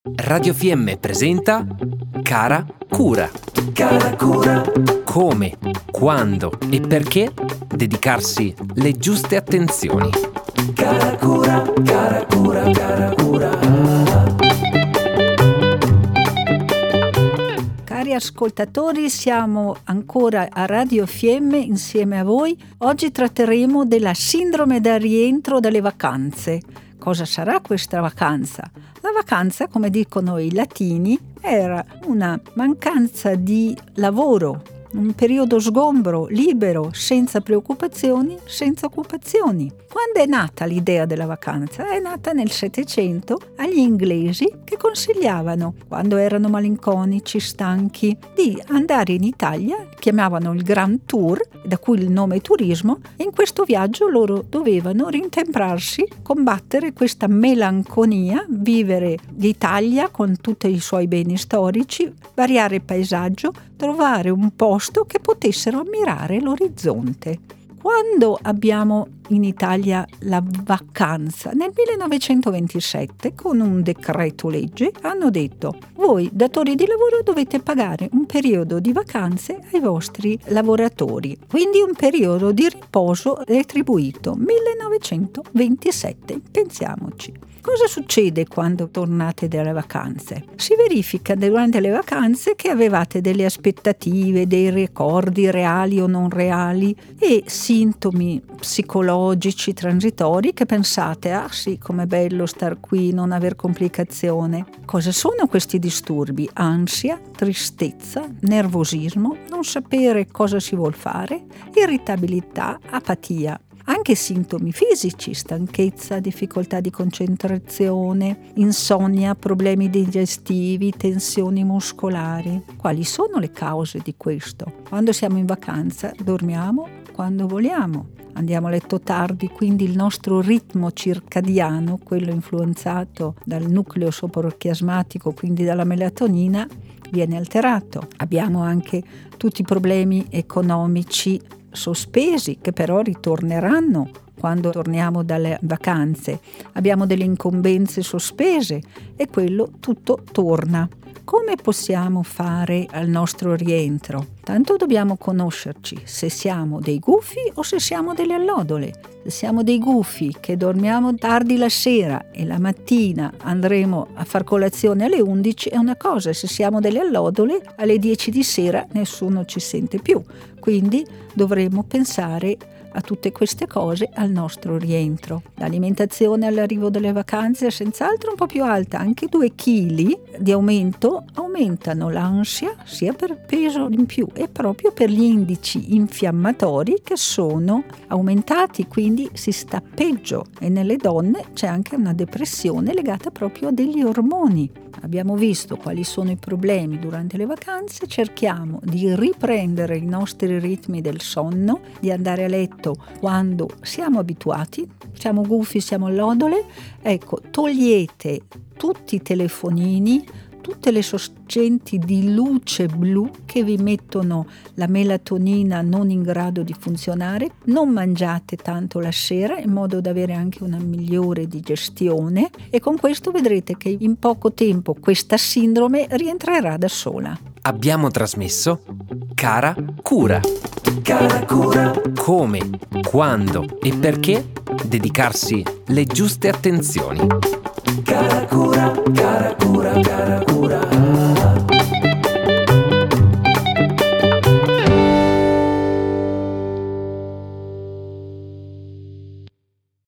Radio FM presenta Cara Cura. Cara Cura. Come, quando e perché dedicarsi le giuste attenzioni. Cara Cura, cara cura, cara cura. Cari ascoltatori, siamo ancora a Radio FM insieme a voi. Oggi tratteremo della sindrome da rientro dalle vacanze. Cosa sarà questa vacanza? La vacanza, come dicono i latini, era una mancanza di lavoro, un periodo sgombro, libero, senza preoccupazioni, senza occupazioni. Quando è nata l'idea della vacanza? È nata nel Settecento agli inglesi che consigliavano, quando erano malinconici, stanchi, di andare in Italia, chiamavano il Grand Tour, da cui il nome turismo, e in questo viaggio loro dovevano rintemprarsi, combattere questa melanconia, vivere l'Italia con tutti i suoi beni storici, variare il paesaggio, trovare un posto che potessero ammirare l'orizzonte. Quando abbiamo in Italia la vacanza? Nel 1927, con un decreto legge, hanno detto: voi datori di lavoro dovete pagare un periodo di vacanze ai vostri lavoratori, quindi un periodo di riposo retribuito. 1927, pensiamoci. Cosa succede quando tornate dalle vacanze? Si verifica durante le vacanze che avevate delle aspettative, dei ricordi reali o non reali e sintomi psicologici transitori che pensate: ah sì, com'è bello star qui, non aver complicazione. Cosa sono questi disturbi? Ansia, tristezza, nervosismo, non sapere cosa si vuol fare, irritabilità, apatia. Anche sintomi fisici, stanchezza, difficoltà di concentrazione, insonnia, problemi digestivi, tensioni muscolari. Quali sono le cause di questo? Quando siamo in vacanza dormiamo quando vogliamo. Andiamo a letto tardi, quindi il nostro ritmo circadiano, quello influenzato dal nucleo soporochiasmatico, quindi dalla melatonina, viene alterato. Abbiamo anche tutti i problemi economici sospesi che però ritorneranno quando torniamo dalle vacanze. Abbiamo delle incombenze sospese e quello tutto torna. Come possiamo fare al nostro rientro? Tanto dobbiamo conoscerci se siamo dei gufi o se siamo delle allodole. Se siamo dei gufi che dormiamo tardi la sera e la mattina andremo a far colazione alle 11 è una cosa, se siamo delle allodole alle 10 di sera nessuno ci sente più. Quindi dovremo pensare a tutte queste cose al nostro rientro. L'alimentazione all'arrivo delle vacanze è senz'altro un po' più alta, anche 2 chili di aumento aumentano l'ansia sia per peso in più e proprio per gli indici infiammatori che sono aumentati, quindi si sta peggio e nelle donne c'è anche una depressione legata proprio a degli ormoni. Abbiamo visto quali sono i problemi durante le vacanze, cerchiamo di riprendere i nostri ritmi del sonno, di andare a letto quando siamo abituati, siamo gufi, siamo allodole. Ecco, togliete tutti i telefonini, tutte le sorgenti di luce blu che vi mettono la melatonina non in grado di funzionare, non mangiate tanto la sera in modo da avere anche una migliore digestione e con questo vedrete che in poco tempo questa sindrome rientrerà da sola. Abbiamo trasmesso Cara Cura. Cara Cura. Come, quando e perché dedicarsi le giuste attenzioni. Cara Cura, cara cura.